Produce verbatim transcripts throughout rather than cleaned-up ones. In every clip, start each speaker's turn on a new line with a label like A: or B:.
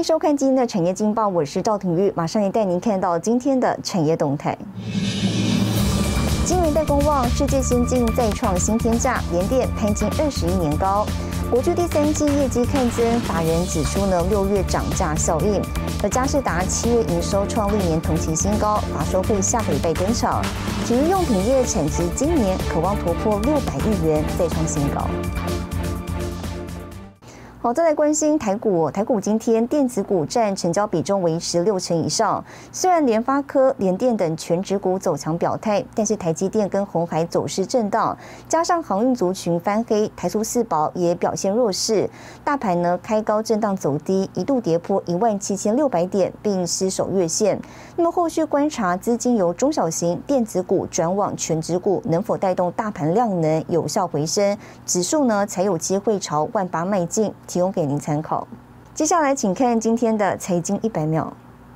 A: 迎收看今天的产业经报，我是赵廷玉，马上也带您看到今天的产业动态。晶圆代工旺，世界先进再创新天价，联电攀近二十一年高。国巨第三季业绩看增，法人指出呢六月涨价效应。而佳士达七月营收创历年同期新高，法说会下个礼拜登场。体育用品业产值今年可望突破六百亿元，再创新高。好，再来关心台股。台股今天电子股占成交比重维持六成以上。虽然联发科、联电等全指股走强表态，但是台积电跟鸿海走势震荡，加上航运族群翻黑，台塑四宝也表现弱势。大盘呢开高震荡走低，一度跌破一万七千六百点，并失守月线。那么后续观察资金由中小型电子股转往全指股，能否带动大盘量能有效回升，指数呢才有机会朝万八迈进。提供给您参考。接下来，请看今天的财经一百秒。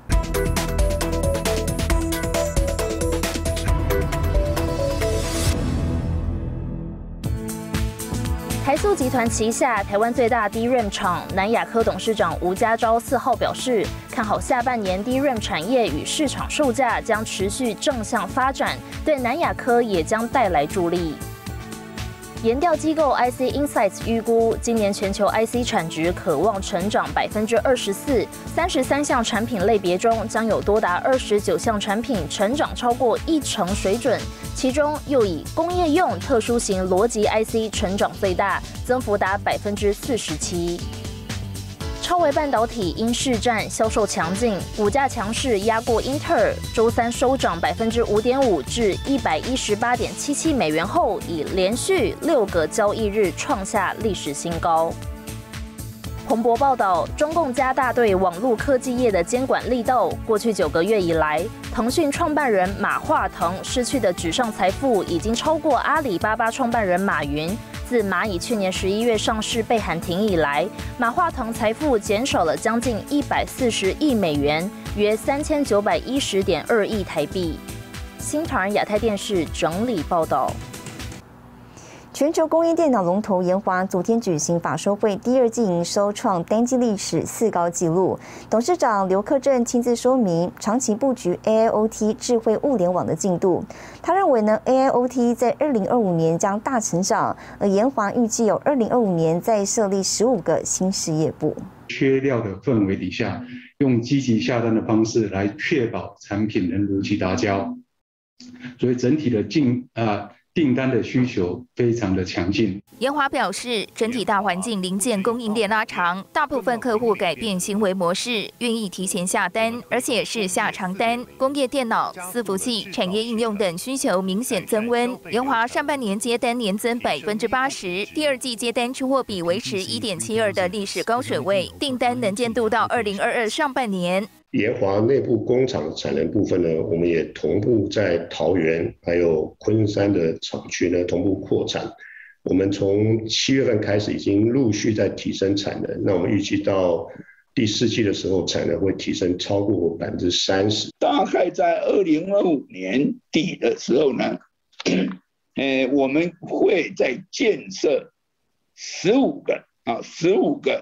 B: 台塑集团旗下台湾最大 D R A M 厂南亚科董事长吴家昭四号表示，看好下半年 D R A M 产业与市场售价将持续正向发展，对南亚科也将带来助力。研调机构 I C Insights 预估，今年全球 I C 产值可望成长百分之二十四，三十三项产品类别中，将有多达二十九项产品成长超过一成水准，其中又以工业用特殊型逻辑 I C 成长最大，增幅达百分之四十七。超微半导体因市占销售强劲，股价强势压过英特尔，周三收涨百分之五点五至一百一十八点七七美元后，已连续六个交易日创下历史新高。彭博报道，中共加大对网络科技业的监管力度。过去九个月以来，腾讯创办人马化腾失去的纸上财富已经超过阿里巴巴创办人马云。自蚂蚁去年十一月上市被喊停以来，马化腾财富减少了将近一百四十亿美元，约三千九百一十点二亿台币。新唐亚太电视整理报道。
A: 全球工业电脑龙头研华昨天举行法说会，第二季营收创单季历史四高纪录。董事长刘克正亲自说明长期布局 A I O T 智慧物联网的进度。他认为呢 ，A I O T 在二零二五年将大成长，而研华预计有二零二五年再设立十五个新事业部。
C: 缺料的氛围底下，用积极下单的方式来确保产品能如期达交，所以整体的进啊。呃订单的需求非常的强劲。
D: 研华表示，整体大环境零件供应链拉长，大部分客户改变行为模式，愿意提前下单，而且是下长单。工业电脑、伺服器、产业应用等需求明显增温。研华上半年接单年增百分之八十，第二季接单出货比维持一点七二的历史高水位，订单能见度到二零二二上半年。
E: 研华内部工厂产能部分呢，我们也同步在桃园还有昆山的厂区呢同步扩产。我们从七月份开始已经陆续在提升产能，那我们预计到第四季的时候，产能会提升超过百分之三十。
F: 大概在二零二五年底的时候呢，呃，我们会在建设十五个啊十五个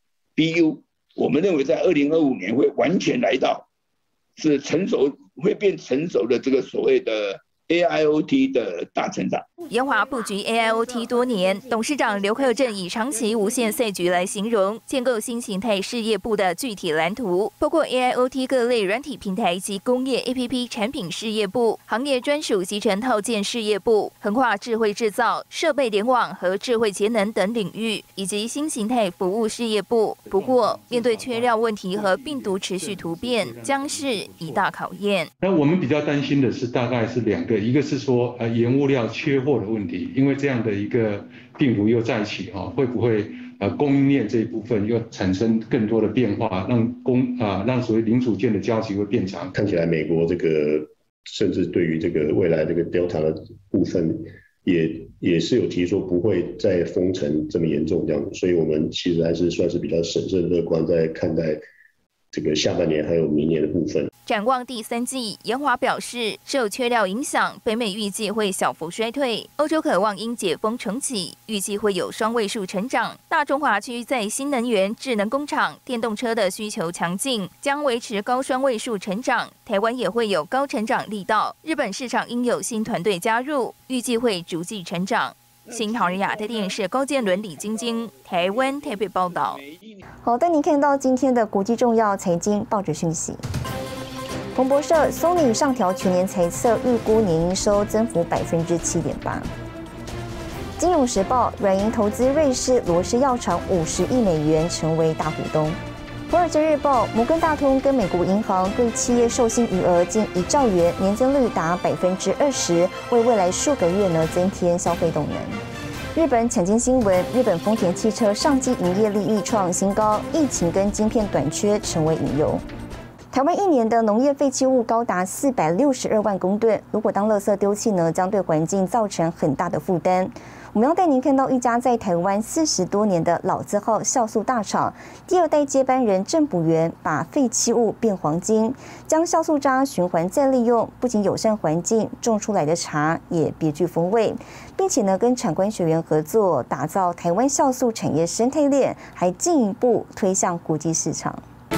F: B U。我们认为在二零二五年会完全来到是成熟，会变成熟的这个所谓的 A I O T 的大成长。
D: 研华布局 A I O T 多年，董事长刘克正以长期无限赛局来形容建构新形态事业部的具体蓝图，包括 A I O T 各类软体平台及工业 A P P 产品事业部、行业专属集成套件事业部，横跨智慧制造、设备联网和智慧节能等领域，以及新形态服务事业部。不过，面对缺料问题和病毒持续突变，将是一大考验。
C: 那我们比较担心的是，大概是两个，一个是说呃原物料缺货的问题，因为这样的一个病毒又再起哈，会不会呃供应链这一部分又产生更多的变化，让供啊、呃、让所谓零组件的交期会变长？
E: 看起来美国这个甚至对于这个未来这个 Delta 的部分也也是有提说不会再封城这么严重这样，所以我们其实还是算是比较审慎乐观在看待这个下半年还有明年的部分。
D: 展望第三季，研华表示，受缺料影响，北美预计会小幅衰退，欧洲渴望因解封重启，预计会有双位数成长。大中华区在新能源、智能工厂、电动车的需求强劲，将维持高双位数成长。台湾也会有高成长力道，日本市场应有新团队加入，预计会逐季成长。新唐人亚太电视高建伦、李晶晶，台湾台北报道。
A: 好，带您看到今天的国际重要财经报纸讯息。彭博社，Sony上调全年财测，预估年营收增幅百分之七点八。金融时报，软银投资瑞士罗氏药厂五十亿美元，成为大股东。华尔街日报，摩根大通跟美国银行对企业授信余额近一兆元，年增率达百分之二十，为未来数个月呢增添消费动能。日本产经新闻，日本丰田汽车上季营业利益创新高，疫情跟晶片短缺成为隐忧。台湾一年的农业废弃物高达四百六十二万公吨，如果当垃圾丢弃呢，将对环境造成很大的负担。我们要带您看到一家在台湾四十多年的老字号酵素大厂，第二代接班人郑补元把废弃物变黄金，将酵素渣循环再利用，不仅友善环境，种出来的茶也别具风味，并且呢跟产官学员合作，打造台湾酵素产业生态链，还进一步推向国际市场。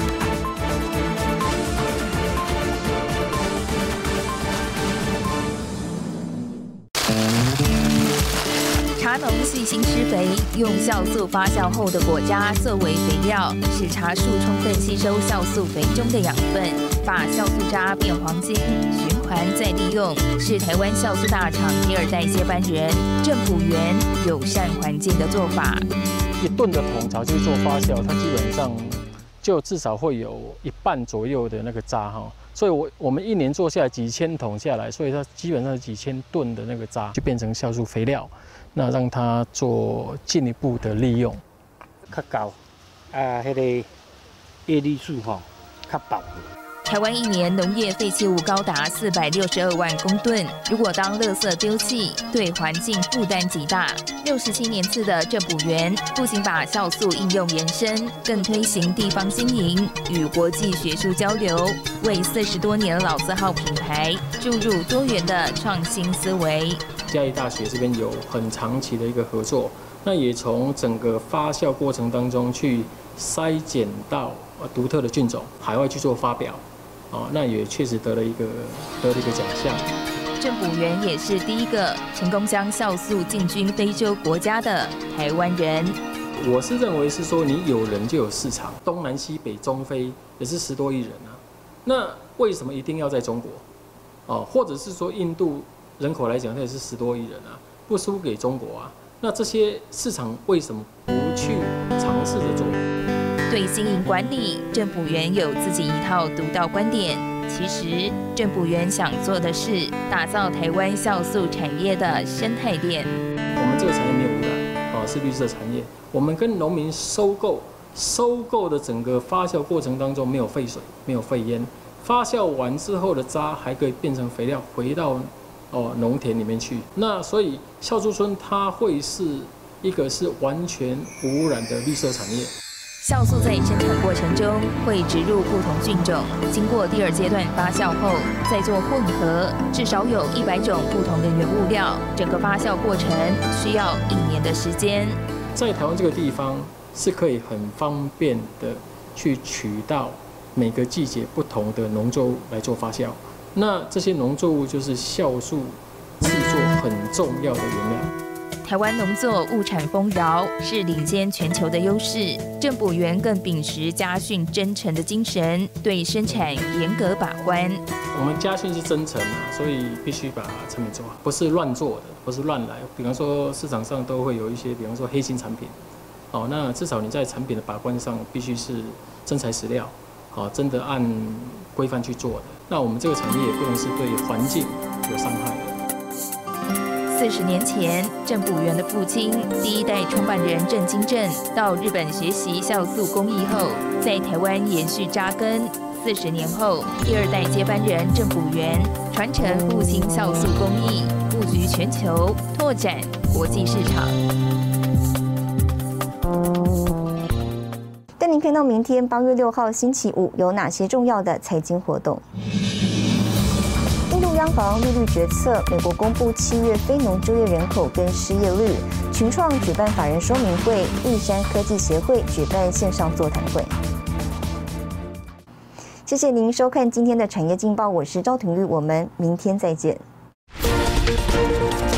D: 茶农细心施肥，用酵素发酵后的果渣作为肥料，使茶树充分吸收酵素肥中的养分，把酵素渣变黄金，循环再利用，是台湾酵素大厂第二代接班人郑补元友善环境的做法。
G: 一吨的桶茶去做发酵，它基本上就至少会有一半左右的那个渣哈。所以我，我我们一年做下来几千桶下来，所以它基本上几千吨的那个渣就变成酵素肥料，那让它做进一步的利用。
H: 较高，啊，迄、那个叶绿素吼较薄。
D: 台湾一年农业废弃物高达四百六十二万公吨，如果当垃圾丢弃，对环境负担极大。六十七年次的郑补元不仅把酵素应用延伸，更推行地方经营与国际学术交流，为四十多年老字号品牌注入多元的创新思维。
G: 嘉义大学这边有很长期的一个合作，那也从整个发酵过程当中去筛检到独特的菌种，海外去做发表。哦，那也确实得了一个得了一个奖项。
D: 郑补元也是第一个成功将酵素进军非洲国家的台湾人。
G: 我是认为是说，你有人就有市场，东南西北中非也是十多亿人啊，那为什么一定要在中国？哦，或者是说印度人口来讲，它也是十多亿人啊，不输给中国啊？那这些市场为什么不去尝试着做？
D: 对经营管理，郑补元有自己一套独到观点。其实，郑补元想做的是打造台湾酵素产业的生态链。
G: 我们这个产业没有污染，啊，是绿色产业。我们跟农民收购，收购的整个发酵过程当中没有废水，没有废烟，发酵完之后的渣还可以变成肥料，回到哦农田里面去。那所以酵素村它会是一个是完全无污染的绿色产业。
D: 酵素在生产过程中会植入不同菌种，经过第二阶段发酵后，再做混合，至少有一百种不同的原物料。整个发酵过程需要一年的时间。
G: 在台湾这个地方是可以很方便的去取到每个季节不同的农作物来做发酵。那这些农作物就是酵素制作很重要的原料。
D: 台湾农作物产丰饶，是领先全球的优势。郑补元更秉持家训真诚的精神，对生产严格把关。
G: 我们家训是真诚啊，所以必须把产品做好，不是乱做的，不是乱来。比方说市场上都会有一些，比方说黑心产品，哦，那至少你在产品的把关上必须是真材实料，哦，真的按规范去做的。那我们这个产业也不能是对环境有伤害的。
D: 四十年前，郑补元的父亲第一代创办人郑金正到日本学习酵素工艺后，在台湾延续扎根。四十年后，第二代接班人郑补元传承复兴酵素工艺，布局全球，拓展国际市场。
A: 带您看看到明天八月六号星期五有哪些重要的财经活动？印度央行利率决策，美国公布七月非农就业人口跟失业率，群创举办法人说明会，玉山科技协会举办线上座谈会。谢谢您收看今天的产业劲报，我是赵廷玉，我们明天再见。